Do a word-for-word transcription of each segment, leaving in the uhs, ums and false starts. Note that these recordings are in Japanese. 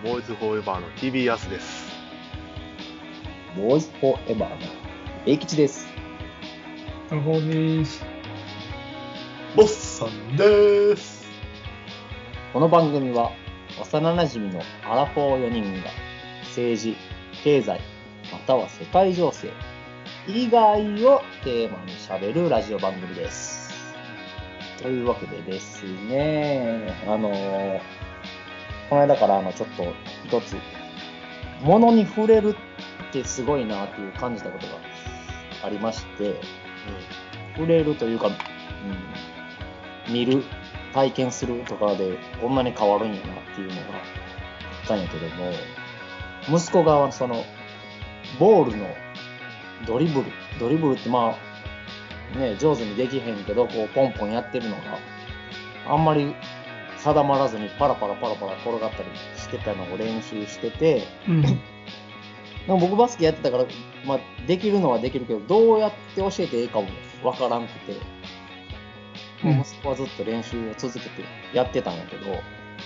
ボーイズフォーエバーの ティービー アスです。 ボーイズフォーエバーの英吉です。 タコです。 ボッサンです。 この番組は幼馴染のアラフォーよにんが政治、経済、または世界情勢以外をテーマに喋るラジオ番組です。というわけでですね、あのー、この間からあのちょっと一つ物に触れるってすごいなっていう感じたことがありまして、うん、触れるというか、うん、見る体験するとかでこんなに変わるんやなっていうのがあったんやけども、息子がそのボールのドリブルドリブルってまあね上手にできへんけどこうポンポンやってるのがあんまり定まらずにパラパラパラパラ転がったりしてたのを練習してて、うん、でも僕バスケやってたから、まあ、できるのはできるけどどうやって教えていいかもわからんくて、うん、息子はずっと練習を続けてやってたんやけど、うーん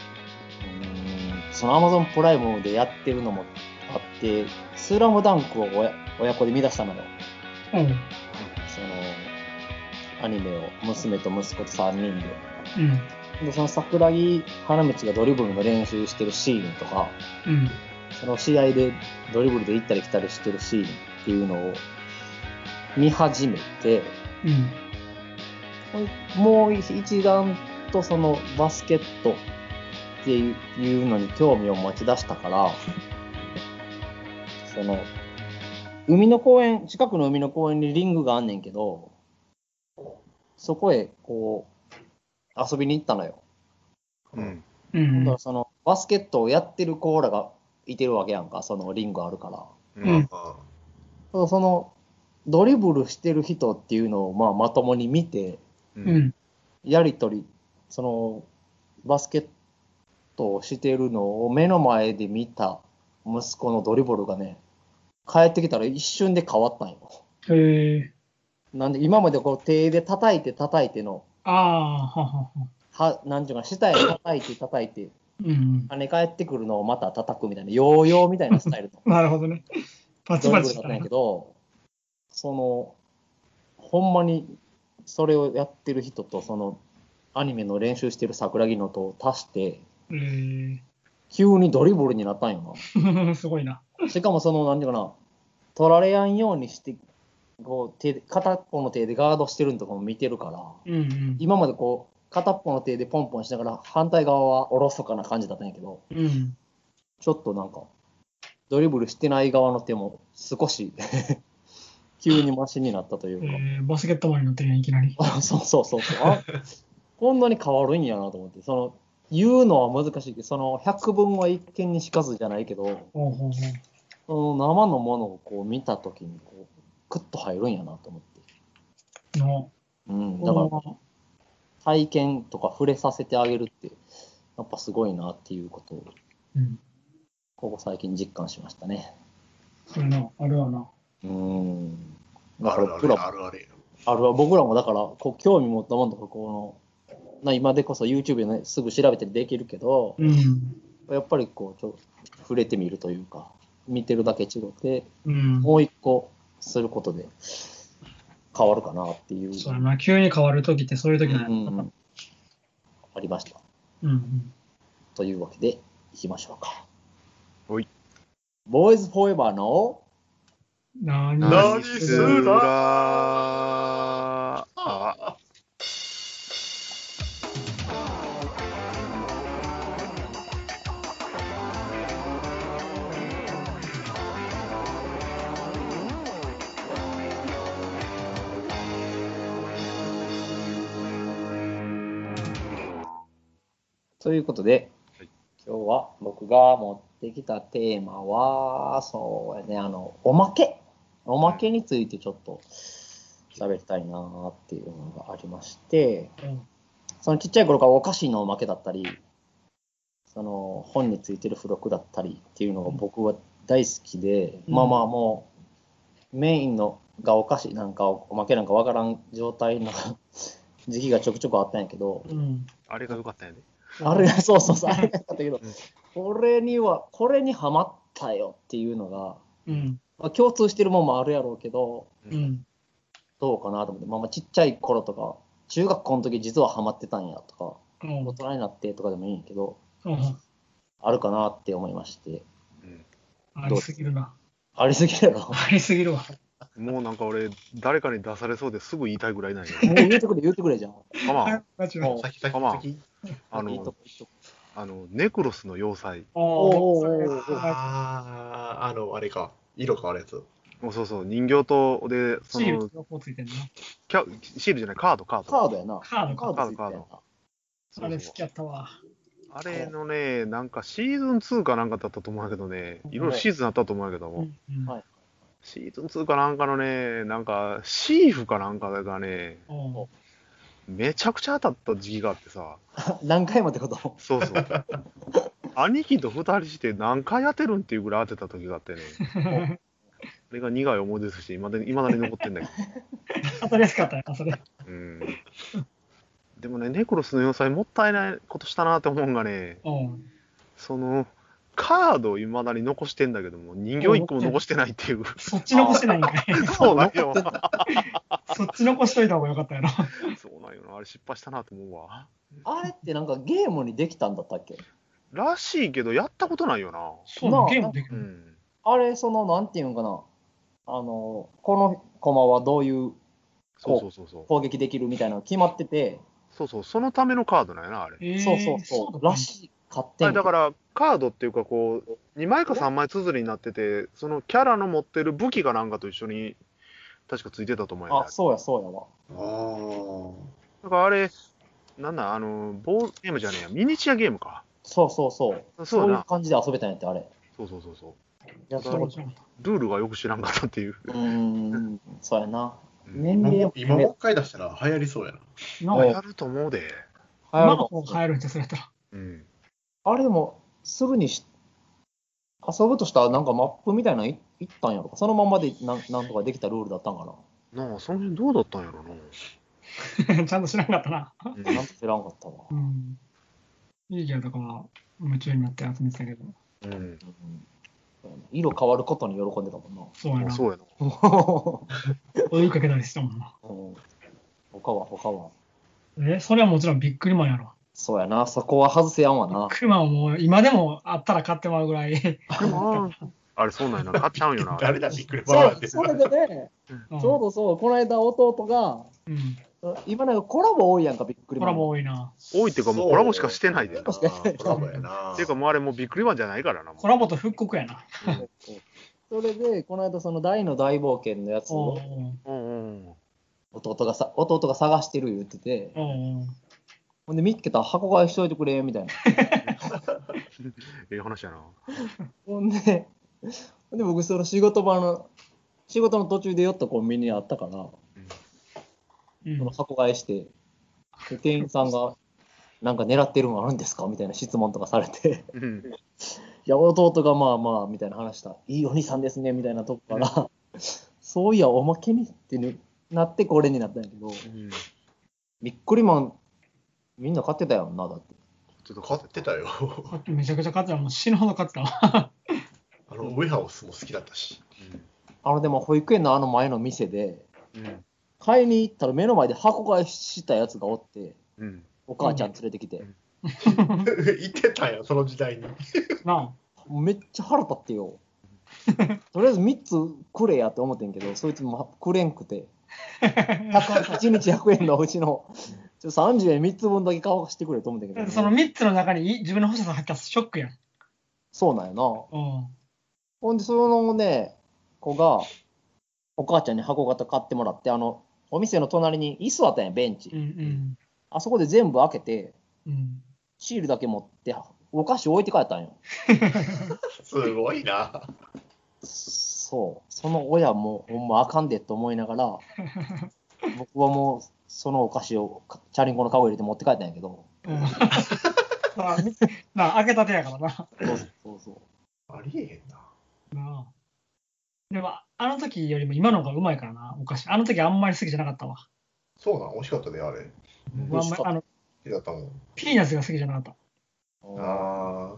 その Amazon プライムでやってるのもあってスラムダンクを親, 親子で見出したのよ、うん、そのアニメを娘と息子とさんにんで、うん、でその桜木花道がドリブルの練習してるシーンとか、うん、その試合でドリブルで行ったり来たりしてるシーンっていうのを見始めて、うん、もう一段とそのバスケットっていうのに興味を持ち出したからその海の公園近くの海の公園にリングがあんねんけどそこへこう遊びに行ったのよ。うん。だからそのバスケットをやってる子らがいてるわけやんか、そのリングあるから。うん。そのドリブルしてる人っていうのをまあまともに見て、うん、やりとりそのバスケットをしてるのを目の前で見た息子のドリブルがね、帰ってきたら一瞬で変わったんよ。へー。なんで今までこう手で叩いて叩いてのあはははなんていうか下へ叩いて叩いて、うん、跳ね返ってくるのをまた叩くみたいなヨーヨーみたいなスタイルのなるほどね。パチパチドリブルだったんやけど、そのほんまにそれをやってる人とそのアニメの練習してる桜木のと足して、えー、急にドリブルになったんよな。すごいな。 しかもそのなんていうかな取られやんようにしてこう手で片っぽの手でガードしてるのとかも見てるから、うんうん、今までこう片っぽの手でポンポンしながら反対側はおろそかな感じだったんやけど、うん、ちょっとなんかドリブルしてない側の手も少し急にマシになったというか、 えー、バスケットマンになってるやんいきなり。 そうそうそうそうあこんなに変わるんやなと思って、その言うのは難しいけどその百聞は一見にしかずじゃないけど、ほうほうほう、その生のものをこう見たときにこうクッと入るんやなと思って、の、うん、だから体験とか触れさせてあげるってやっぱすごいなっていうことを、うん、ここ最近実感しましたね。 それな、あるわな。 うーん。 あるあるあるある。 あるわ、僕らもだからこう興味持ったもんとかこのな今でこそ YouTube で、ね、すぐ調べてできるけど、うん、やっぱりこうちょ触れてみるというか見てるだけ違って、うん、もう一個することで変わるかなっていう。 そうやな、急に変わるときってそういうときなんや、 うんうん、ありました、うんうん。というわけでいきましょうか。 おい。 ボーイズフォーエバーの何何すらあということで、はい、今日は僕が持ってきたテーマはそうやね、あのおまけおまけについてちょっと喋りたいなっていうのがありまして、うん、そのちっちゃい頃からお菓子のおまけだったりその本についてる付録だったりっていうのが僕は大好きで、うん、まあまあもうメインのがお菓子なんかおまけなんかわからん状態の時期がちょくちょくあったんやけど、 うん、あれが良かったんやね。 あれそうそうそうあれが良かったけど、うん、 これには、これにハマったよっていうのが、 うん。 まあ、共通してるもんもあるやろうけど、 うん。 どうかなと思って、まあ、まあちっちゃい頃とか、中学校の時実はハマってたんやとか、 うん大人になってとかでもいいんやけど、 うんあるかなって思いまして。 うんありすぎるな。 ありすぎるやろ。もありすぎるわ。 もうなんか俺、誰かに出されそうですぐ言いたいぐらいなんやうけど。 言うてくれ、言うてくれじゃん。 かまん、 ガチもう先先かまん先。 あいいとのこいいとこあの、ネクロスの要塞。 おおーおーおーああ、あの、あれか。色変わるやつ。 もうそうそう、人形と、で、そシールの、 がこうついてんな。 キャシールじゃない、カード、カード。 カードやな。 カードか。 カードついてたやな。 そうそうあれ好きやったわ。 あれのね、なんかシーズンツーかなんかだったと思うんだけどね、いろいろシーズンあったと思うんだけども、 うんうんはいシーズンツーかなんかのね、なんか、シーフかなんかがね、 おうめちゃくちゃ当たった時期があってさ、 何回もってことそうそう。兄貴と二人して何回当てるんっていうぐらい当てた時があってね、それが苦い思い出として、いまだに未だに残ってんだけど。 当たりやすかったよな、それ。 うん。でもね、ネクロスの要塞もったいないことしたなって思うんがね、 おうその、カードを未だに残してんだけども、人形一個も残してないっていう。 そっち残してないんかい。 そうなんよ。 そっち残しといた方がよかったやろ。 そうなんよな。あれ失敗したなと思うわ。 あれってなんかゲームにできたんだったっけらしいけど、やったことないよな。 そうなの、ゲームできる。 うん。 あれ、その、なんていうんかな。あの、この駒はどういうそうそうそうそう。 攻撃できるみたいなの決まってて、 そうそう、そのためのカードなんやな、あれ。 えーそうそうそう、らしい、勝手あに。 れだから、カードっていうか、こう、にまいかさんまい綴りになってて、そのキャラの持ってる武器かなんかと一緒に、確かついてたと思うんやねあ、。そうや、そうやわ。 あだからあれ、なんだ、あの、ボードゲームじゃねえや、ミニチュアゲームか。 そうそうそう。 そうそうやないう感じで遊べたんやって、あれ。 そうそうそうそう。 やったことない。 ルールがよく知らんかったっていう。 うーん、そうやな。 うん年齢も今も今もう一回出したら流行りそうやな。 なおやると思うで。 流行今のるか方が流行るんじゃ、それやったら。 うん。 あれでも、するにし、遊ぶとしたらなんかマップみたいなのいいったんやろか。そのまんまでなんなんとかできたルールだったんかな。 なあ、その辺どうだったんやろな。 ちゃんと知らんかったな。 うんなんと知らんかったわ。 うん。いいギャとかは夢中になって集めてたけど。 うん。 うん色変わることに喜んでたもんな。 そうやな。 あそうやな。 追いかけたりしたもんな。 うん他は他は。 え、それはもちろんビックリマンやろ。 そうやな、そこは外せやんわビッな。 クリマンはもう今でもあったら買ってもらうぐらい。 あれ、そうなんやな。買っちゃうんよな。 誰だ、びっくりそマンって。 うそれでね、 うんちょうどそう、この間弟が、 うん。 今なんかコラボ多いやんか、びっくりマン。 コラボ多いな。 多いっていうか、もうコラボしかしてないでな。 そうっコラボやな。 ていうか、もうあれもうビックリマンじゃないからな。もうコラボと復刻やな。 うんそれで、この間その大の大冒険のやつをおううんうん。 弟がさ弟が探してる言ってて、 おうおうほんで見つけたら箱買いしといてくれみたいな。 ええ話やな。 ほんで、ほんで僕その仕事場の、仕事の途中で寄ったコンビニにあったから、 うんその箱買いして、で店員さんが、なんか狙ってるのあるんですかみたいな質問とかされて、 うん。 いや、弟がまあまあ、みたいな話した。いいお兄さんですね、みたいなとこから、そういや、おまけにってねなってこれになったんやけど、 うんびっくりマン、みんな買ってたよな、だって。 ちょっと買ってたよ。 さっきめちゃくちゃ買ってた。もう死ぬほど買ってたわ。 あの、ウェハウスも好きだったし。 あの、でも保育園のあの前の店で、 うん。うん。 買いに行ったら目の前で箱買いしたやつがおって、 うん。 お母ちゃん連れてきて、 言ってたんや、その時代に。 なもうめっちゃ腹立ってよ。とりあえずみっつくれやって思ってんけど、そいつもくれんくて、 あ。 いちにちひゃくえんのうちのちょさんじゅうえんみっつぶんだけ買わしてくれと思ってんけど、 そのみっつの中にい自分の欲しさ入ったらショックやん。 そうなんやな。 うん。 ほんで、そのね、子が、お母ちゃんに箱型買ってもらって、あの、お店の隣に椅子あったんや、ベンチ。 うんうん。 あそこで全部開けて、 うん。 シールだけ持って、お菓子置いて帰ったんよ。 すごいな。 そう。その親も、ほんまあかんでと思いながら、僕はもう、そのお菓子をかチャリンコのカゴ入れて持って帰ったんやけど、 うんなあ、みなあ開けたてやからな。 そうそうそう。 ありえへんな。 なあでも、あの時よりも今の方がうまいからな、お菓子。あの時あんまり好きじゃなかったわ。 そうなん、美味しかったね、あれ。 僕はあんまりあの好きだったもん。 ピーナッツが好きじゃなかった。 ああ。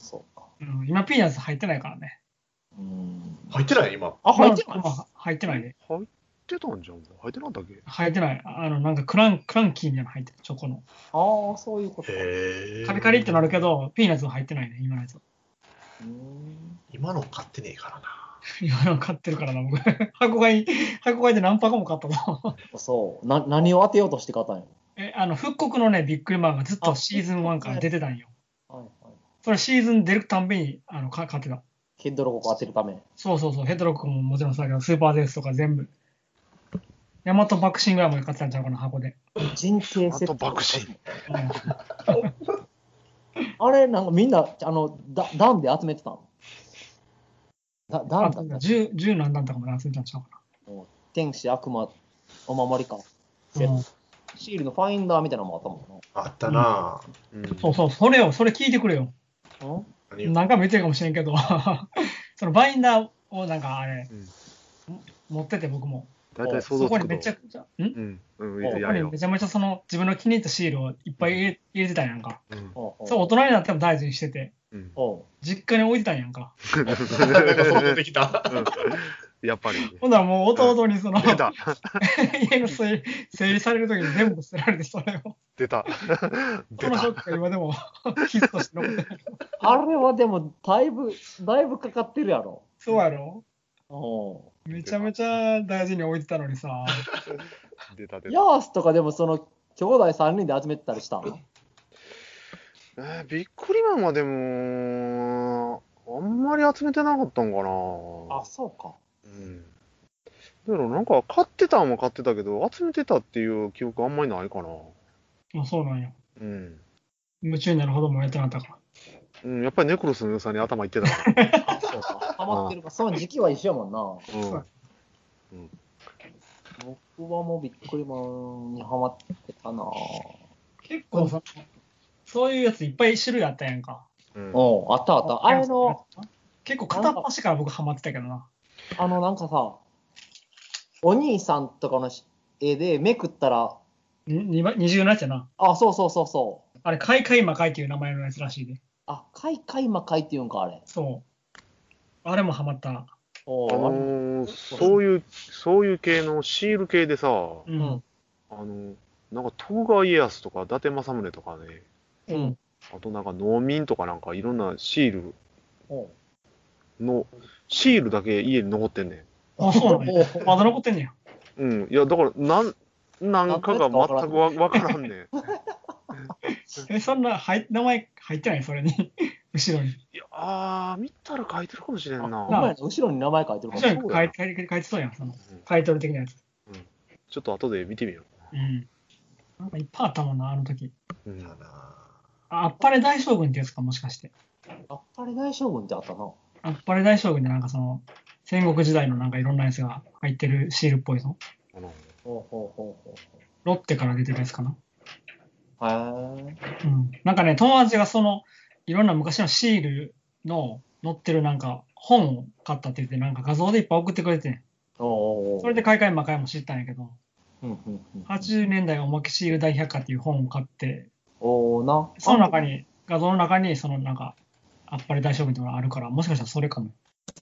そうか。 うん、今ピーナッツ入ってないからね。 うーん。 入ってない今。 あ、入ってない。 今入ってないね。 入ってたんじゃん。入ってなかったっけ？ 入ってない。あの、なんかクラン、クランキーみたいなの入ってる、チョコの。 ああ、そういうことか。 へえ。 カリカリってなるけど、ピーナッツは入ってないね、今のやつ。 うーん。 今の買ってねえからな。 今の買ってるからな、僕。箱買い、箱買いで何箱も買ったの。 そう。な、何を当てようとして買ったんや。 え、あの、復刻のね、ビックリマンがずっとシーズンワンから出てたんよ。 はいはい。 それシーズン出るたんびに、あの、か買ってた。 ヘッドロックを当てるため。 そうそうそう、ヘッドロックももちろんそうだけど、スーパーゼウスとか全部。ヤマトバクシンぐらいまで買ってたんちゃうかな、箱で。 人形セット。 あと爆心。 うんあれ、なんかみんな、あの、ダダンで集めてたのダダあンだった。 十、十何段とかまで集めたんちゃうか天使、悪魔、お守りか。 な。うんシールのファインダーみたいなのもあったもあったな。 うんそうそう、それを、それ聞いてくれよ。 んな。ん何を何回も言ってるかもしれんけど、そのバインダーをなんかあれ、 うん持ってて僕も。 大体想そこに像つくと。 めちゃくちゃ、んうん。うん。いおやいやそこにめちゃめちゃその自分の気に入ったシールをいっぱい入れ入れてたんやんか。 うん。 おうおうそう、大人になっても大事にしてて、 うん。 おう実家に置いてたんやんか。 なんかそう出てきた。 やっぱり。 ほんならもう弟にその、 出た。 家の整理整理されるときに全部捨てられて、それを。 出た。 そ出た。 のショックが今でも傷として残ってる。 あれはでも、だいぶ、だいぶかかってるやろ。 そうやろおうめちゃめちゃ大事に置いてたのにさ。 出た出た。 ヤースとかでもその、兄弟さんにんで集めてたりしたのえー、ビックリマンはでも、あんまり集めてなかったんかな。 あ、そうか。 うん。だからなんか買ってたんは買ってたけど、集めてたっていう記憶あんまりないかな。 あ、そうなんや。 うん。 夢中になるほどもやってなかったから。 うん、やっぱりネクロスの良さに頭いってたから。 あ、そうか。ハマってるか。その時期は一緒やもんな。 うん。 僕はもうビックリマンにハマってたな。 結構さ、そういうやついっぱい種類あったやんか。 うん。 おうあったあった。あれの、 結構片っ端から僕ハマってたけどな。 あのなんかさ、お兄さんとかの絵でめくったら、 ににば二重のやつやな。 あ、そうそうそうそう。 あれ、カイカイマカイっていう名前のやつらしいで。 あ、カイカイマカイっていうんか、あれ。 そう。あれもハマった。 あおうあれのー、そういう、そういう系のシール系でさ、 う。 うんん。 あの、なんか徳川家康とか伊達政宗とかね、 うん。 あとなんか農民とかなんかいろんなシールおうの、シールだけ家に残ってんねあ、そうなんや。まだ残ってんねや。 ん。うん。いや、だから、なん、なんかが全くわわからんねん。 え、そんな、はい名前入ってないそれに。後ろに。 いや、あー、見たら書いてるかもしれんあ、 な。 ほんまやな後ろに名前書いてるか後ろにも。 書いて書いて書いてそうやん、そのうんタイトル的なやつ。 ちょっと後で見てみようん。なんかいっぱいあったもんな、あの時。 う。うん。 だな。 ああっぱれ大将軍ってやつか、もしかして。 あっぱれ大将軍ってあったな。 あっぱれ大将軍でなんかその、戦国時代のなんかいろんなやつが入ってるシールっぽいぞ。 あのほうほうほうほロッテから出てるやつかな。 う。へえ。 うん。なんかね、友達がその、いろんな昔のシールの載ってるなんか本を買ったって言って、なんか画像でいっぱい送ってくれてん。 おうおうおうそれで買い替え魔界も知ったんやけど、 うんうんうん。 はちじゅうねんだいおまけシール大百科っていう本を買って、 おおな。 その中に、画像の中にそのなんか、あっぱれ大将軍っていうのがあるから、もしかしたらそれかも。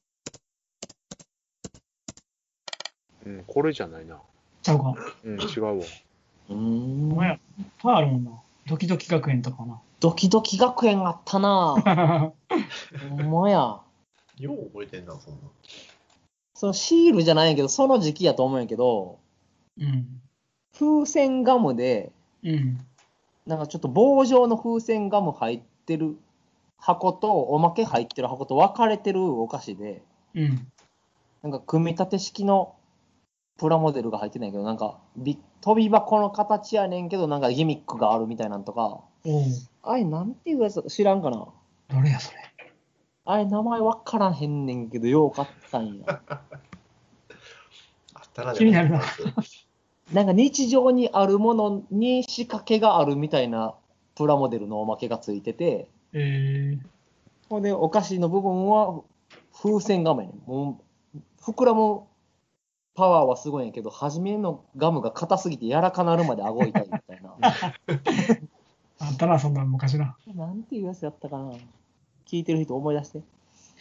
うん、これじゃないな。 ちゃうか。 うん、違うわ。 うーん。 お前や、いっぱいあるもんな。ドキドキ学園とかドキドキ学園あったな。 な。 ほんまや。 よう覚えてんな、そんな。 そのシールじゃないんやけど、その時期やと思うんやけど、 うん。 風船ガムで、 うん。 なんかちょっと棒状の風船ガム入ってる箱と、おまけ入ってる箱と分かれてるお菓子で、 うん。 なんか組み立て式のプラモデルが入ってないけど、なんかび飛び箱の形やねんけど、なんかギミックがあるみたいなんとか、 おう。 あれなんていうやつ知らんかな。 どれやそれ。 あれ名前分からへんねんけど、よう買ったんや。 あったな、 気になるな。 なんか日常にあるものに仕掛けがあるみたいなプラモデルのおまけがついてて、 えー、 ほんでお菓子の部分は風船ガムやねん。もう膨らむパワーはすごいんやけど、初めのガムが硬すぎて柔らかなるまで顎痛いみたいな。 あったな、そんなの昔な。 なんていうやつやったかな。 聞いてる人思い出して。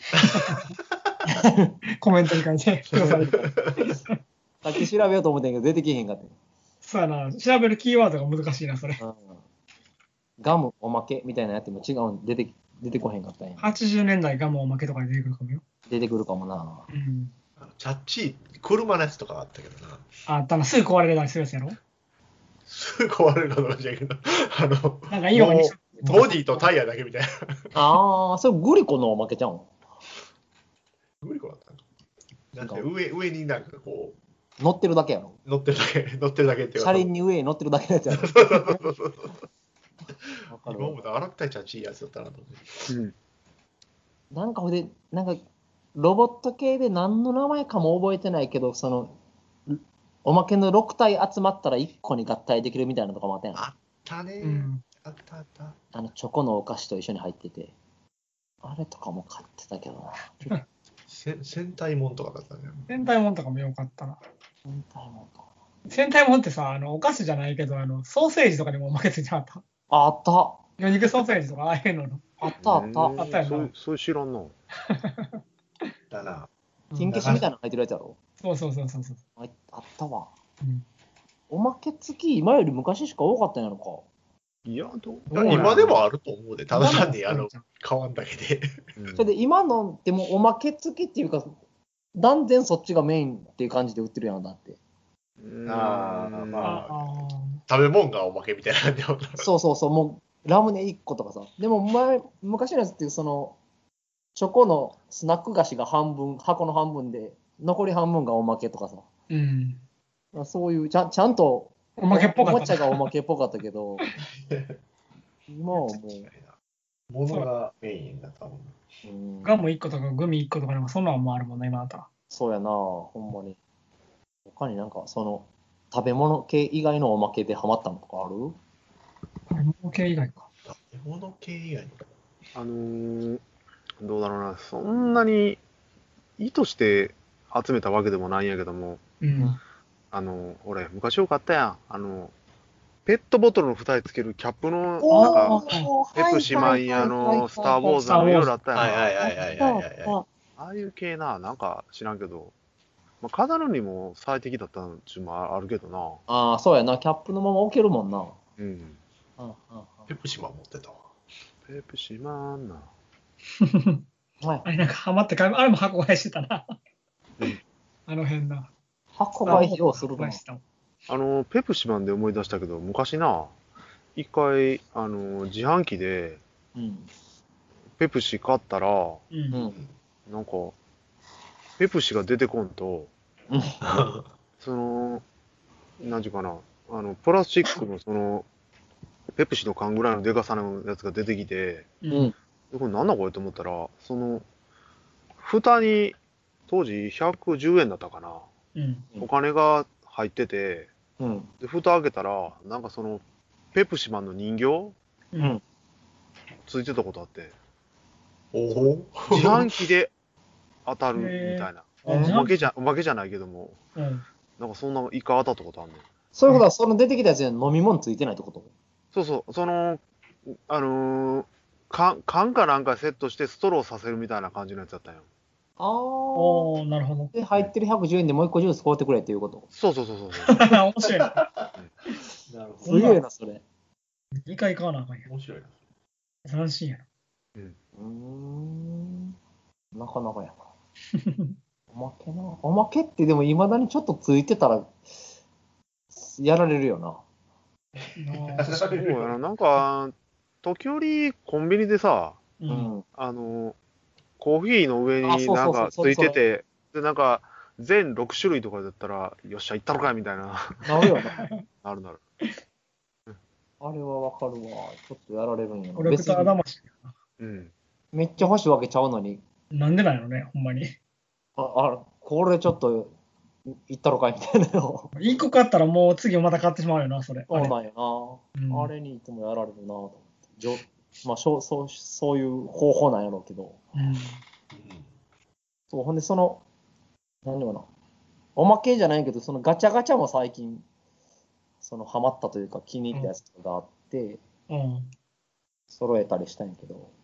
コメントに書いてください。 さっき調べようと思ったんやけど出てきへんかった。 そうやな、調べるキーワードが難しいな、それ。 うん、ガムおまけみたいなやつも違うん出て出てこへんかったんや。 はちじゅうねんだいガムおまけとかで出てくるかもよ。 出てくるかもな。 うん。 あのチャッチー、車のやつとかあったけどな。 あ、ただすぐ壊れたりするやつやろ。 すぐ壊れるかどうかじゃないけど、あの、 なんかいいようにもうボディとタイヤだけみたいな。 ああ、それグリコのおまけちゃうん。 グリコだったのなんか上、上になんかこ乗ってるだけやろ。 う、乗ってるだけ、乗ってるだけっていうか。 車輪に上に乗ってるだけのやつやろ。 そうそうそうそう。 わかるわ今思ったら洗ったいチャッチーやつだったなと思って。 うん。 なんかほんで、なんかロボット系で何の名前かも覚えてないけど、そのおまけのろく体集まったらいっこに合体できるみたいなのとかもあったやん。 あったね、 うん。 あったあった。 あのチョコのお菓子と一緒に入ってて、あれとかも買ってたけどな。 せ戦隊もんとかだったね。 戦隊もんとかもよかったな。 戦隊もんとか。 戦隊もんってさ、あのお菓子じゃないけど、あのソーセージとかにもおまけついてなかった。 あ、あった。 魚肉ソーセージとかああいうのの。 あったあった。 うんあったよなそうそういう知らんな。 だな。 金消しみたいなの入ってるやつやろ。 そうそうそうそうそう。 ああったわ。 うん。 おまけ付き、今より昔しか多かったんやろか。 いや、どういや今でもあると思うで、ただ単にあの変わんだけで。 うんそれで今のでもおまけ付きっていうか、断然そっちがメインっていう感じで売ってるやんだって。 うんあーまああ食べ物がおまけみたいな感じだもんな。 そうそうそう、もうラムネいっことかさ。でも前、昔のやつってその、チョコのスナック菓子が半分、箱の半分で、残り半分がおまけとかさ。 うん。 そういう、ちゃんちゃんとおまけっぽかったおもちゃがおまけっぽかったけど、今はもものがメインだったもん。 う、うん、 ガムいっことかグミいっことかでもそんなのもあるもんね、今だったら。 そうやな、ほんまに。他になんかその、食べ物系以外のおまけでハマったのとかある？ 食べ物系以外か。 食べ物系以外に。 あのー、どうだろうな、そんなに意図して集めたわけでもないんやけども、 うん。 あの、俺、昔よかったやん。あの、ペットボトルの蓋につけるキャップの、なんか、 おペプシマンやの、スター・ウォーズのいろいろあったやんはいはいか。 はいはいはいはいはい。 ああいう系な、なんか知らんけど、まあ、飾るにも最適だったのちゅうもあるけどな。 ああ、そうやな、キャップのまま置けるもんな。 うん。 うんうんペプシマン持ってたわ。 ペプシマンな。 うんはいあれなんかハマって買い、あれも箱買いしてたな。 うんあの辺な。 箱買いようするな箱買い。してたもん。 あの、ペプシマンで思い出したけど、昔な、一回、あの、自販機で、 うん。 ペプシ買ったら、 う。 うんん。 なんか、ペプシが出てこんと、 うんその、なんていうかな、あの、プラスチックのその、ペプシの缶ぐらいのデカさのやつが出てきて、 ううん。 でこれなんだこれと思ったら、その、蓋に、当時ひゃくじゅうえんだったかな、 うん。 うんお金が入ってて、 うん。 で、蓋開けたら、なんかその、ペプシマンの人形ううんん。 ついてたことあって、 おお。 自販機で当たるみたいな。 あえー自販おまけじゃ、おまけじゃないけども、 うん。 なんかそんなイカ当たったことあんねん。 そういうことは、その出てきたやつに飲み物ついてないってこと？ そうそう、その、あのー、缶缶かなんかセットしてストローさせるみたいな感じのやつだったんよ。 ああ。 おー、なるほど。 で、入ってるひゃくじゅうえんでもう一個ジュース買うてくれっていうこと。 そうそうそうそうそう。 面白いな。 なるほすげえな、それ。 にかい買わなあかんやど。面白いな。 斬新やな。 うーん。なかなかやな。おまけな。おまけってでもいまだにちょっとついてたら、やられるよな。 なあそうやな、なんか、時折コンビニでさ、 う。 うんん。 あの、コーヒーの上あそうそうそうになんかついてて、で、なんか、全ろく種類とかだったら、よっしゃ、いったのかいみたいな、 なるよな。 なるなる。 あれはわかるわ。ちょっとやられるんやな。 コレクター別に魂やな。 うん。 めっちゃ欲しいわけちゃうのに、 なんでなんやろね、ほんまに。 あ、あこれちょっと、いったろかいみたいなの。 いっこ買ったらもう次また買ってしまうよな、それ。 そうあれなんやな。 うんあれにいつもやられるなと思って。じょまあ、そうそうそういう方法なんやろうけど。 うん。 そう、ほんで、その、何かな。おまけじゃないけど、そのガチャガチャも最近、そのハマったというか気に入ったやつとかがあって、 うん。 揃えたりしたんやけど、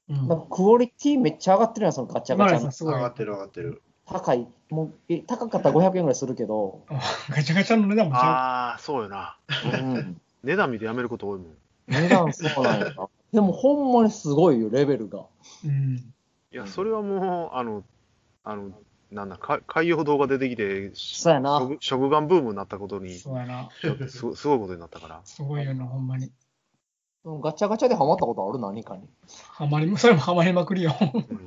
うん。 なんかクオリティめっちゃ上がってるやん、そのガチャガチャの。 すごい。 上がってる上がってる。 高い。もうえ高かったらごひゃくえんぐらいするけど、 あガチャガチャの値段もちゃああ、そうよな。 うん、 値段見てやめること多いもん。 値段そうなんやな。でもほんまにすごいよ、レベルが。 う。うん。 いや、それはもう、あの、あの、なんだ、か海洋動画出てきて、 そうやな。 食食玩ブームになったことにそうやな。 よってすごすごいことになったから。 すごいよな、ほんまに。 ガチャガチャでハマったことある何かに。 ハマり、それもハマりまくりよ。 うん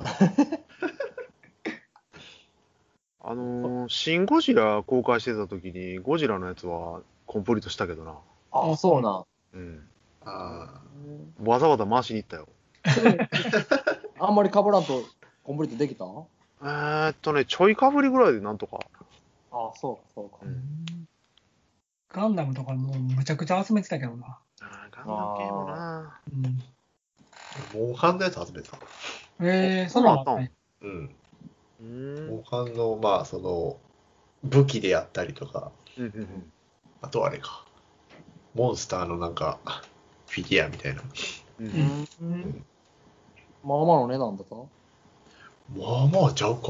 あのー、シン・ゴジラ公開してた時に、ゴジラのやつはコンプリートしたけどな。 あ、そうなん。 うん。 あわざわざ回しに行ったよ。 あんまり被らんとコンプリートできた？ えーっとね、ちょいかぶりぐらいでなんとか。 あ、そうか、そうか。 うんガンダムとかもうむちゃくちゃ集めてたけどな。 あーガンダム系もな。 うん。 あ、モンハンのやつ集めてた。 えー、そんなのあったね。 うん。 うーん。 モンハンの、まあ、その、武器であったりとか、 うんうんうんあとあれか、モンスターのなんか、フィギュアみたいな。 うんううんん。まあまあの値段だった？ まあまあちゃうか。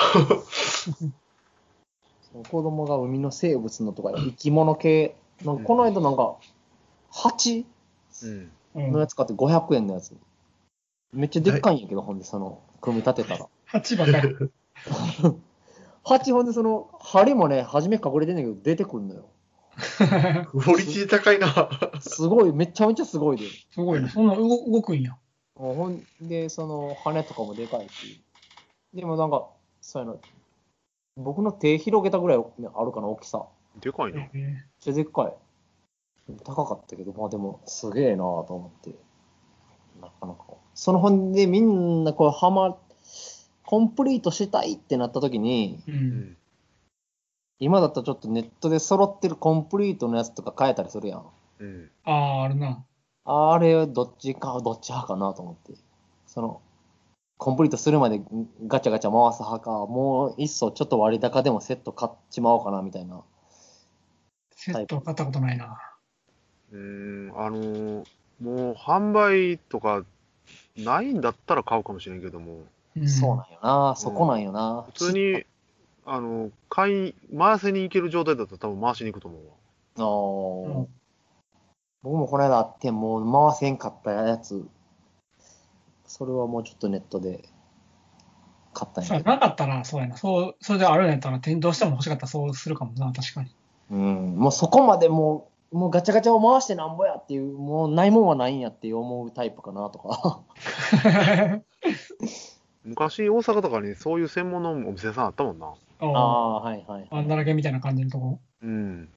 その子供が海の生物のとか生き物系の、この間なんか、ハチうんうんのやつ買ってごひゃくえんのやつ。めっちゃでっかいんやけど、ほんで、その、組み立てたら。 はちばかり。 ハチほんで、その、針もね、初め隠れてんだけど、出てくるのよ。 クオリティ高いな。 すごい、めちゃめちゃすごいで。 すごいな。そんな動動くんや。 ほんで、その、羽とかもでかいし。でもなんか、そういうの、僕の手広げたぐらいあるかな、大きさ。 でかいな。 えめっちゃでっかい。高かったけど、まあでも、すげえなぁと思って。なかなか。その本でみんなこう、ハマ、コンプリートしたいってなった時に、 ーう。 うんん今だったらちょっとネットで揃ってるコンプリートのやつとか買えたりするやん。 うんああ、あるな。 あれ、どっちか、どっち派かなと思って。その、コンプリートするまでガチャガチャ回す派か、もういっそちょっと割高でもセット買っちまおうかなみたいな。 セット買ったことないな。 うーんあのーもう販売とかないんだったら買うかもしれんけども、 うん、 そうなんよな、そこなんよな。 普通に、あの、買い、回せに行ける状態だったら多分回しに行くと思うわ。 あー僕もこの間あって、もう回せんかったやつ、それはもうちょっとネットで買ったんそうややけど。 なかったら、そうやな。そう、それであるんやったら、どうしても欲しかったらそうするかもな、確かに。 うん、もうそこまでもう、もうガチャガチャを回してなんぼやっていう、もうないもんはないんやって思うタイプかなとか。 昔、大阪とかにそういう専門のお店さんあったもんな。 あああ、はいはい。 あ、あんだらけみたいな感じのとこ。 うん。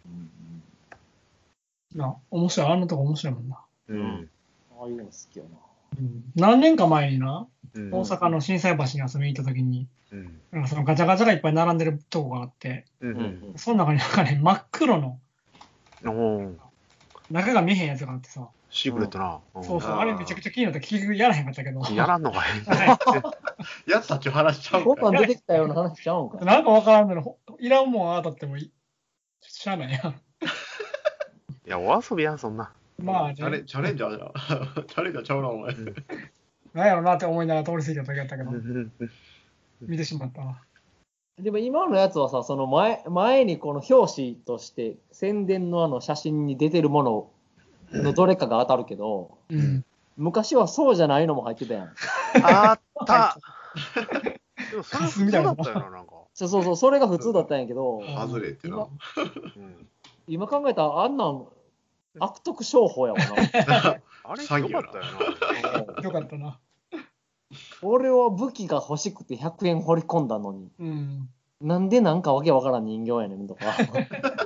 な、面白い、あんなとこ面白いもんな。 うん。 ああいうの好きよな。 うん、何年か前にな、 うん。 大阪の心斎橋に遊びに行った時に、 うん。 なんかそのガチャガチャがいっぱい並んでるとこがあって、 うん。 ううんん。 その中になんかね、真っ黒のおー中が見えへんやつがあってさ、 シークレットな。うんそうそう、 あーあれめちゃくちゃ気になって結局やらへんかったけど、 やらんのかい。 やったっちゅう話しちゃこんうんかい。 なん出てきたような話しちゃうんか。 なんかわからんのに、ほいらんもん当たってもいい。しゃあないやん。 いや、お遊びやん、そんな。 まあね、 チャレチャレンジャーじゃん。チャレンジャーちゃうな、お前。 なんやろなって思いながら通り過ぎた時やったけどう、ん見てしまったわ。 でも今のやつはさ、その前前にこの表紙として宣伝のあの写真に出てるもののどれかが当たるけど、 うん。 昔はそうじゃないのも入ってたやん。 あった。でもそれ普通みたいなだったよな、なんか。 そうそうそう、それが普通だったんやけど、 外れってな。 うん。 今考えたらあんなん悪徳商法やわな。 あれ、よかったよな。 よかったな。 俺は武器が欲しくてひゃくえん掘り込んだのに、 うん。 なんでなんかわけわからん人形やねんとか。 あった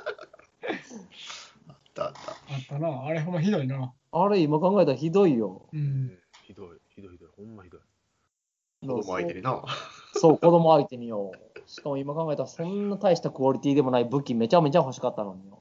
あった。 あったな。あれほんまひどいな。 あれ今考えたらひどいよ。 う。 うんん。ひどい、ひどい、ひどい。ほんまひどい。 子供相手にな。 そう、子供相手によ。しかも今考えたらそんな大したクオリティでもない武器めちゃめちゃ欲しかったのによ。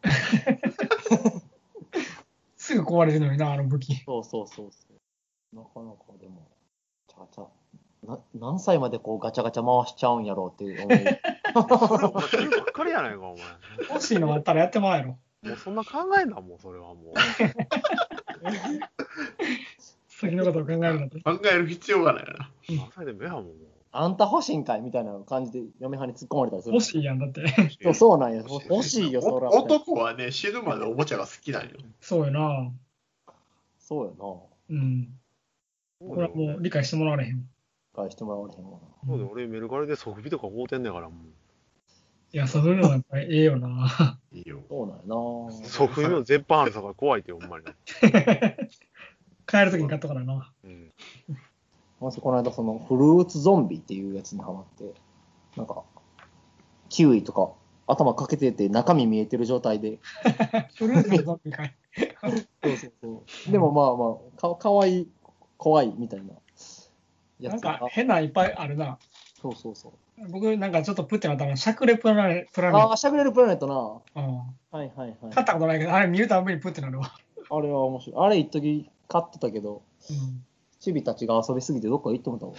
すぐ壊れるのにな、あの武器。 そうそうそうそう。なかなかでも、チャガチャ、な何歳までこうガチャガチャ回しちゃうんやろうっていう思い。 お前そればっかりやないか、お前。 欲しいのあったらやってもらえろ。 もうそんな考えんな、もうそれはもう。 先のことを考えるんだって。 考える必要がないな。 何歳でもええやもん、もう。 あんた欲しいんかいみたいな感じで嫁はんに突っ込まれたりする。 欲しいやん、だって。 そうそうなんや。欲しいよ、そら。 お男はね、死ぬまでおもちゃが好きなんよ。 そうよな。 そうようん。これはもう理解してもらわれへん。 な。返してもらわれへんわな。 そうで、俺メルカリでソフビとか買うてんねんから、もう。 いや、そういうのはやっぱりええよな。 いいよ。 そうなんやな。 ソフビの絶版あるさから怖いって、ほんまに。 帰るときに買ったからな。 うん。 まずこの間、そのフルーツゾンビっていうやつにハマって、なんか、キウイとか頭かけてて中身見えてる状態で。 フルーツのゾンビかい。 そうそうそう。でもまあまあ、かかわいい、怖いみたいなやつなんか変ないっぱいあるな。 そうそうそう。 僕なんかちょっとプってなったの、シャクレプラネプラネッああ、しゃくれるプラネットな。 ト。うん。 はいはいはい。 買ったことないけど、あれ見るたびにプってなるわ。 あれは面白い。あれ一時買ってたけど、 うん。 チビたちが遊びすぎてどっか行ってもたわ。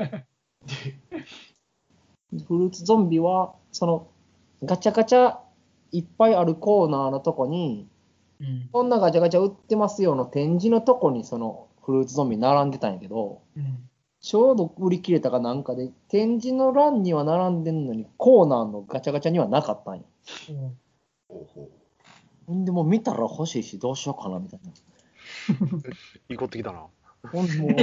フルーツゾンビは、その、ガチャガチャいっぱいあるコーナーのとこに、 うん。 こんなガチャガチャ売ってますよの展示のとこにそのフルーツゾンビ並んでたんやけど、 うん。 ちょうど売り切れたかなんかで、展示の欄には並んでんのに、コーナーのガチャガチャにはなかったんや。 うんほうほほんでもう見たら欲しいし、どうしようかなみたいな。 行こってきたな。 ほんでもう、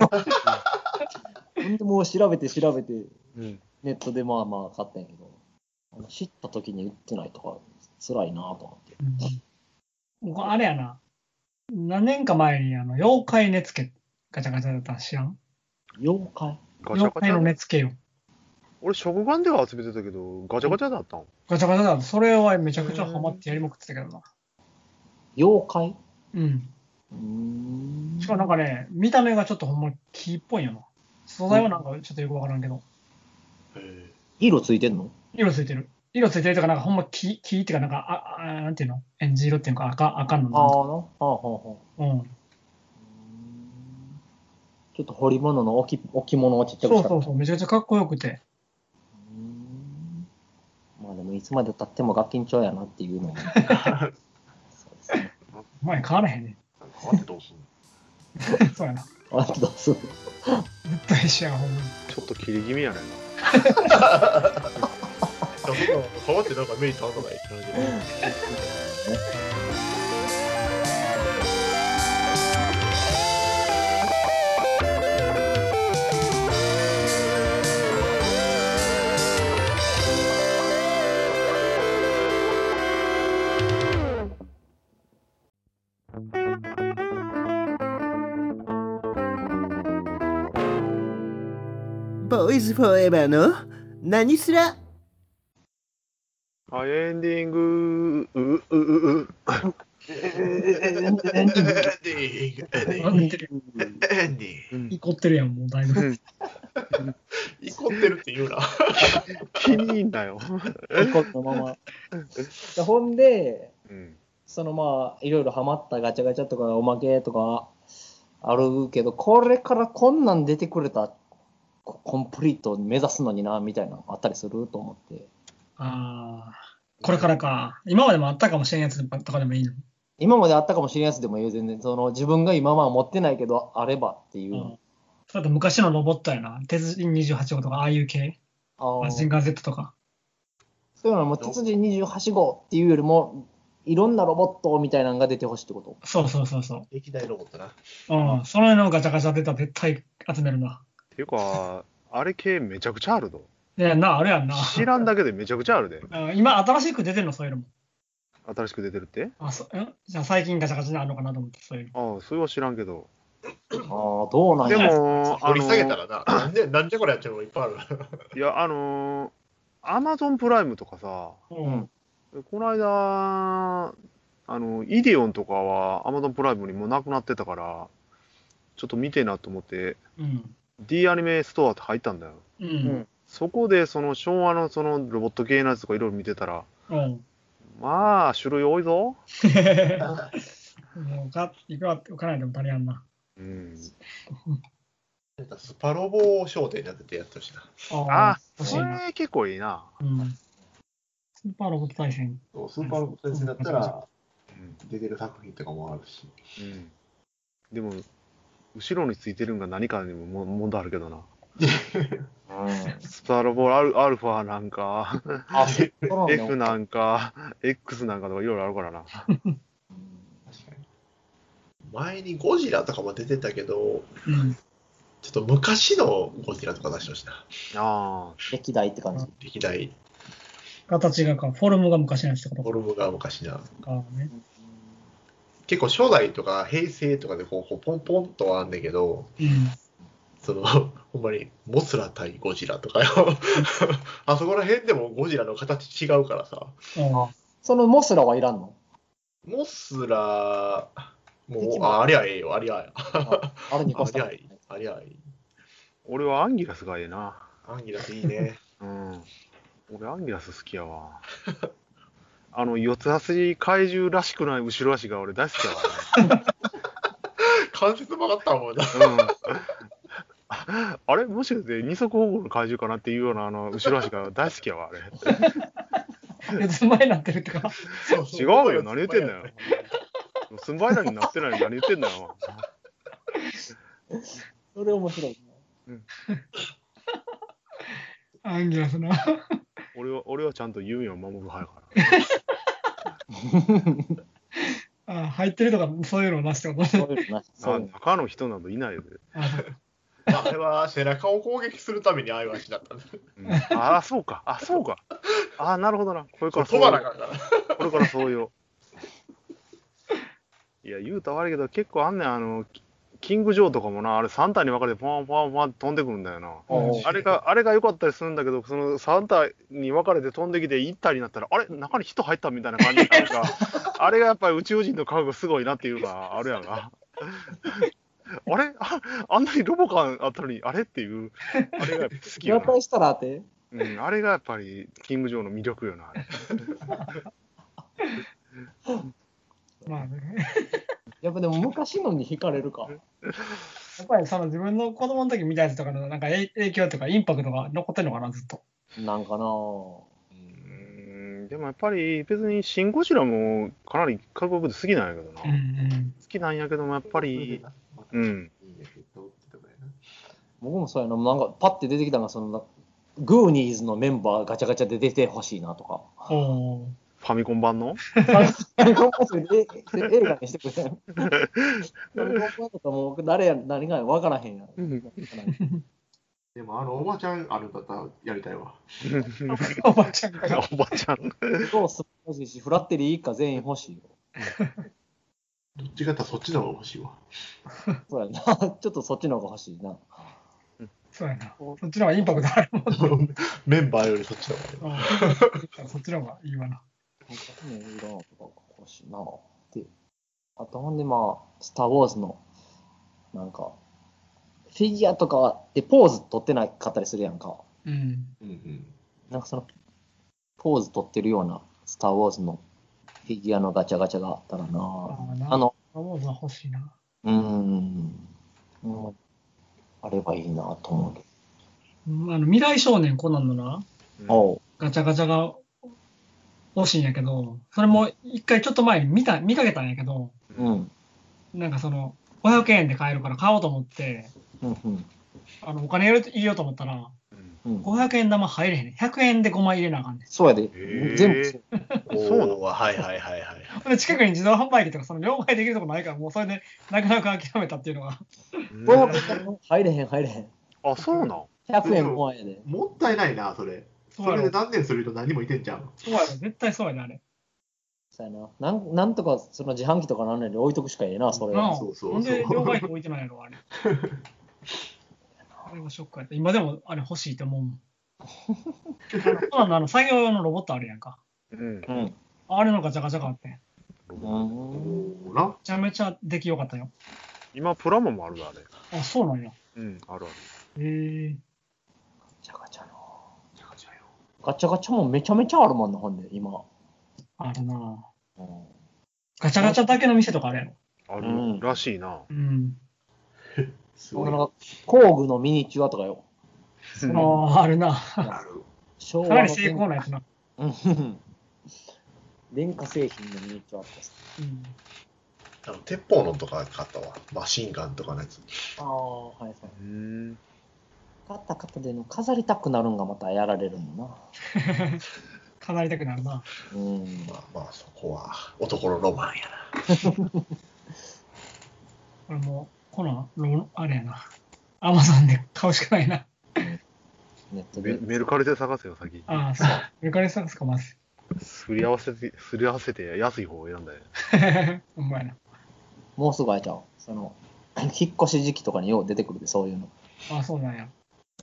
ほんでもう調べて調べて、 うん。 ネットでまあまあ買ったんやけど、あの知った時に売ってないとか、辛いなと思って。 うん、僕あれやな。何年か前にあの妖怪根付けガチャガチャだったん知らん？ 妖怪ガチャガチ妖怪の根ャ。 付けよ。 俺、食玩では集めてたけど、ガチャガチャだったん。 ガチャガチャだとそれはめちゃくちゃハマってやりまくってたけどな。 妖怪うん。 うーんしかもなんかね、見た目がちょっとほんま木っぽいんよな。素材はなんかちょっとよくわからんけど。 う。へ色ついてんの色ついてる。色ついてるとか、なんかほんま木、木っていうか、なんか、あ、あなんていうの、エンジ色っていうか赤、赤のああ、 なんか。 な。はあはあはあ。 うん。 ちょっと彫り物の置き置物をちっちゃくした。 そうそうそう、めちゃくちゃかっこよくて。 うーんまあでもいつまで経ってもガキンチョウやなっていうのも。そうですね。 前変わらへんね。 変わってどうすんのそうやな。 あどうする絶対一緒やん、ほんまに。 ちょっと切り気味やねんな。 そんなの変わってなんかメリットあるのかいって感じで。 ボーイズフォーエバーの何すらはい、エンディング、う、う、う、う、 エンディング、エンディング、 あ見てるエンディング。 怒ってるやん、もうだいぶ。 怒ってるって言うな。 気に入んだよ。 このまま。でほんで、 うん。 そのまあ、いろいろハマったガチャガチャとかおまけとかあるけど、これからこんなん出てくれたココンプリート目指すのにな、みたいなのあったりすると思って。 ああ、これからか。今までもあったかもしれんやつとかでもいいの。 今まであったかもしれんやつでもいいよ、全然。その自分が今は持ってないけど、あればっていう。 うん。だって昔のロボットやな。鉄人にじゅうはち号とか、ああいう系。 あーマジンガー Z とか。 そういうのはもう鉄人にじゅうはち号っていうよりも、いろんなロボットみたいなのが出てほしいってことそうそうそうそう。 歴代ロボットな。 うん。その辺のガチャガチャ出たら絶対集めるな。 っていうか、あれ系めちゃくちゃあるぞ。 いや、な、あれやんな。 知らんだけでめちゃくちゃあるで。 うん今、新しく出てるの、そういうのも。 新しく出てるってあ、そんじゃあ最近ガチャガチャにあるのかなと思って、そういうの。 ああ、それは知らんけど。 ああ、どうなんでや。 も、あ掘り下げたの、 らな、なんで、なんでこれやってるのがいっぱいある。 いや、あのー、アマゾンプライムとかさ、 うん。 この間、あの、イデオンとかはアマゾンプライムにもうなくなってたから、ちょっと見てえなと思って、 うん。 D アニメストアって入ったんだよ。 う。 うんん。 そこでその昭和のそのロボット系のやつとかいろいろ見てたら、 うん。 まあ、種類多いぞ。 もうか、いくら置かないでも足りやんな。 うん。 スパロボ商店になっててやってほしいな。 ああ、そ欲しいな。 れ結構いいな。 うん。スーパーロボット対戦。 そうスーパーロボット先生だったらうん。 出てる作品とかもあるし。 うん。でも、 後ろについてるんが何かにもも問題あるけどな。 うん。 スタロボアルアルファなんか、 あ、そうなの F なんか、X なんかとかいろいろあるからな。 確かに。前にゴジラとかも出てたけど、 うん。 ちょっと昔のゴジラとか出してました。 ああ、 歴代って感じ。 歴代、 形がか、フォルムが昔のやつってことフォルムが昔な。 かね。 結構初代とか平成とかでこうこうポンポンとはあんねんけど、 うん。 そのほんまにモスラ対ゴジラとかよあそこら辺でもゴジラの形違うからさ、 あそのモスラはいらんの？ モスラもう敵もあありゃええよ、ありゃえああれに越したありゃええありゃええ俺はアンギラスがええな。 アンギラスいいね。 うん。俺アンギラス好きやわ。あの、四つ足怪獣らしくない後ろ足が俺大好きやわね。 関節曲がったもんな。 うん。あれもしかして二足歩行の怪獣かなっていうようなあの後ろ足が大好きやわ、あれ。 あ。四つ前になってるってか。 そうそう違うよ、何言ってんだよ。スンバイラーになってないのに何言ってんだよ。 それ面白いアンギラスな。 俺は俺はちゃんと夢を守る派やかあ、入ってるとか、そういうのなしってことな。そうね。 いうのな。 ら。 そういうのな中の人などいないで。 あ、そうあれは背中を攻撃するためにああいう足だったんだ。 うん、ああ、そうか。あ、そうか。ああ、なるほどな。これから飛ばなあかんから。 これからそうよ。いや、言うたら悪いけど、結構あんねん、あの、キキング・ジョーとかもな、あれさん体に分かれてポワンポワンポワンって飛んでくるんだよな。 おうあれが、あれが良かったりするんだけど、そのさん体に分かれて飛んできていち体になったら、あれ中に人入ったみたいな感じになるから、あれがやっぱり宇宙人の科学すごいなっていうか、あるやんか。あれ あ, あんなにロボ感あったのに、あれっていう、あれが好きよな。 合体したらってうん、あれがやっぱりキング・ジョーの魅力よな、あれ。 まあね。 やっぱでも昔のに惹かれるか。 やっぱりその自分の子供の時見たやつとかのなんか影影響とかインパクトが残ってるのかな、ずっと。 なんかなうーんでもやっぱり別にシン・ゴジラもかなりかっこよくて好きなんやけどな。 うんうん。 好きなんやけどもやっぱり、うん。 いいねとってとこやな。 僕もそうやな。なんかパッて出てきたのが、そのなグーニーズのメンバーガチャガチャで出てほしいなとか。 おー。 ファミコン版のファミコン版で映画にしてくれん。ファミコン版とかもう誰や何が分からへんやん。 でもあのおばちゃんあるんだったらやりたいわ。 おばちゃんが。 おばちゃん。 どうす欲しいし、フラッテリー一家全員欲しいよ。 どっちかってそっちの方が欲しいわ。 そうやな。ちょっとそっちの方が欲しいな。 そうやな。そっちの方がインパクトあるもんね。 メンバーよりそっちの方がうんそっちの方がいいわな。 なんかね、いろんなとか欲しいな。で、あとほんでまあ、スター・ウォーズの、なんか、フィギュアとかでポーズ取ってなかったりするやんか。 うん。 いい。うんうん。 なんかその、ポーズ取ってるようなスター・ウォーズのフィギュアのガチャガチャがあったらな。 あなあの、 スターウォーズは欲しいな。 うーん、うんあればいいなと思うけうんあの未来少年コナンのな、 ど。おう。 ガチャガチャが欲しいんやけど、それも一回ちょっと前に見た、見かけたんやけど、 うん。 なんかその、ごひゃくえんで買えるから買おうと思って、 うんうん。 あの、お金入れ入れようと思ったら、 うん、 ごひゃくえん玉入れへんねん。ひゃくえんでごまい入れなあかんねん。 そうやで。 ー全部そう。 そうなのおーはいはいはいはい。 で近くに自動販売機とかその両替できるとこないから、もうそれで泣く泣く諦めたっていうのが。 うんごひゃくえん入れへん、入れへん。 あ、そうなん。 ひゃくえんごまんやで。 もったいないな、それ。それで何年すると何もいてんじゃん。 そうやろ、絶対そうやね、あれ。 そうやな。なんなんとかその自販機とかなんのに置いとくしかええな、それは。 なあそうそうそうなんで両替機置いてないのあれ。あれはショックやった。今でもあれ欲しいと思うもん。あのあの作業用のロボットあるやんか。 うん。 うん。 あれのガチャガチャがあって。めうーん。 な。 ちゃめちゃ出来よかったよ。 今、プラモもあるだ、あれ。 あ、そうなんや。 うん、あるある。 へえ。 ガチャガチャの。 じゃあじゃあよガチャガチャもめちゃめちゃあるもんな、ほんで、今。 あるな。 うん。 ガチャガチャだけの店とかあるやろ。 あるうんらしいな。 うん。 すごい。 なんか工具のミニチュアとかよ。 うんああ、あるな。 ある。 昭かなり成功なやつな。 うん。電化製品のミニチュアとかさ。 うん。 あの鉄砲のとか買ったわ。マシンガンとかのやつ。 ああ、はいはい。 うん。 買った方での飾りたくなるんがまたやられるもんな。 飾りたくなるな。 うん。 まあまあ、そこは男のロマンやな。 俺もう、この、ロあれやな。アマゾンで買うしかないな。 ネットメで。 メルカリで探せよ、先。 ああ、そう。メルカリ探すか、まず。 すり合わせて、すり合わせて安い方を選んだよ。 ほんまやな。 もうすぐあれちゃう。その、引っ越し時期とかによう出てくるで、そういうの。 ああ、そうなんや。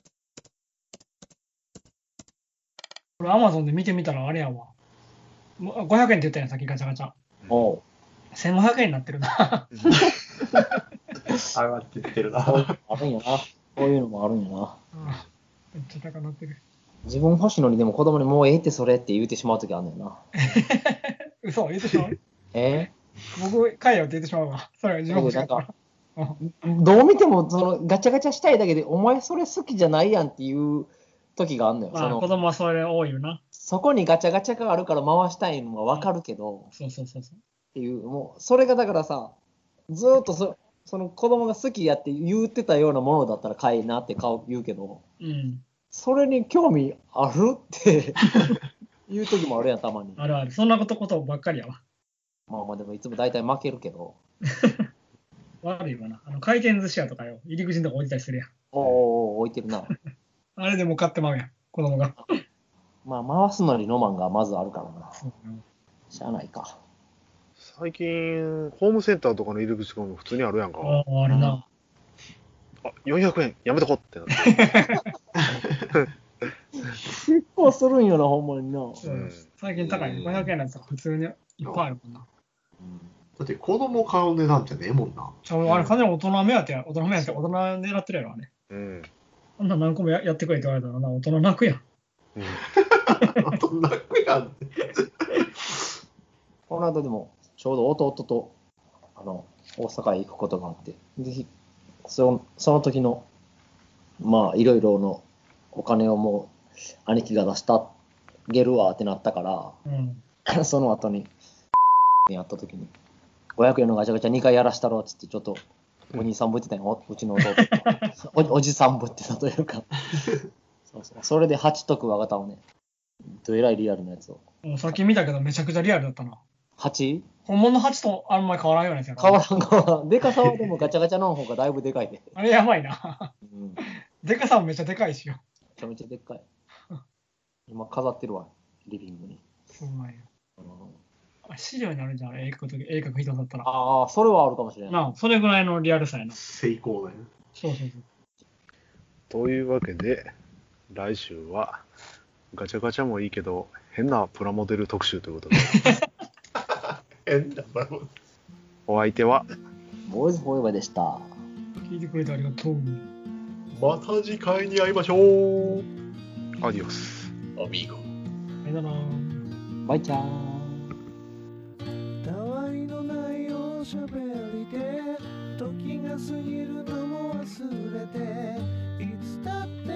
これアマゾンで見てみたらあれやわ。もうごひゃくえんって言ったやん、さっきガチャガチャ。 おう。 せんごひゃくえんになってるな。 上がってってるな。 そういうのもあるんやな。こういうのもあるんやな。 めっちゃ高くなってる。 自分欲しいのにでも子供にもうええってそれって言うてしまうときあんねんな。 嘘言ってしまうえ僕、買えよって言ってしまうわ。それは自分欲しかったら。 ー、どう見てもそのガチャガチャしたいだけでお前それ好きじゃないやんっていう時があんのよ。 まあ、 その子供はそれ多いよな。 そこにガチャガチャがあるから回したいのはわかるけど、 そうそうそうそう。 っていう、もうそれがだからさ、ずーっとそその子供が好きやって言ってたようなものだったら買いなって買う言うけど、 うん。 それに興味あるって言う時もあるやん、たまに。 あるある。そんなことことばっかりやわ。 まあまあでもいつも大体負けるけど。 悪いわな。あの回転寿司屋とかよ。入り口のとこ置いてたりするやん。 おーおーおー置いてるな。 あれでも買ってまうやん。子供が。 まあ回すのにロマンがまずあるからな。 そうなしゃあないか。 最近、ホームセンターとかの入り口とかも普通にあるやんか。 ああ、あるな。 あ、よんひゃくえん、やめとこってなって。 結構するんよな、ほんまにな。 うん最近高いね。ごひゃくえんのやつが普通にいっぱいあるもんな。 だって子供買う値段じゃねえもんな。 ちょあれ、完全に大人目当てや。大人目当て、大人狙ってるやろ、あれ。 うん。 あんな何個もややってくれって言われたらな、大人泣くやん。 うん。 どんな子やんって。 この間でも、ちょうど弟と、あの、大阪へ行くことがあって、で、そのその時の、まあ、いろいろのお金をもう、兄貴が出したげるわってなったかうん。 ら、その後に、にやった時に、ごひゃくえんのガチャガチャにかいやらしたろっつって、ちょっと、お兄さんぶってたよ、おうちの弟お。おじさんぶってたというか。そうそう。それではち徳和型をね、どえらいリアルなやつを。 もうさっき見たけどめちゃくちゃリアルだったな。 はち? 本物のはちとあんまり変わらんようなやつやな。 変わらん変わらん。でかさはでもガチャガチャの方がだいぶでかいで。 あれやばいな。 うん。めでかさもめっちゃでかいしよ。 ちゃめちゃでっかい。今飾ってるわ、リビングに。 そうなんや。 うんあ資料になるんじゃん、絵描くとき、絵描く人だったら。 ああ、それはあるかもしれない。 なあ、それぐらいのリアルさやな。 成功だよね。 そうそうそう。 というわけで、来週は、ガチャガチャもいいけど、変なプラモデル特集ということで、 変だ、バラモン。 お相手は、 ボーイズフォーエバーでした。 聞いてくれてありがとう。 また次回に会いましょう。 アディオス。 アミーゴ。 あれだな。 バイチャー。 たわいのないおしゃべりで時が過ぎるのも忘れていつだって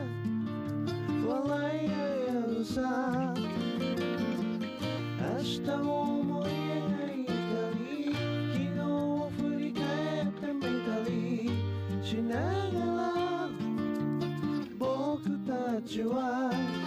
笑い合えるさ明日を思い描いたり昨日を振り返ってみたりしながら僕たちは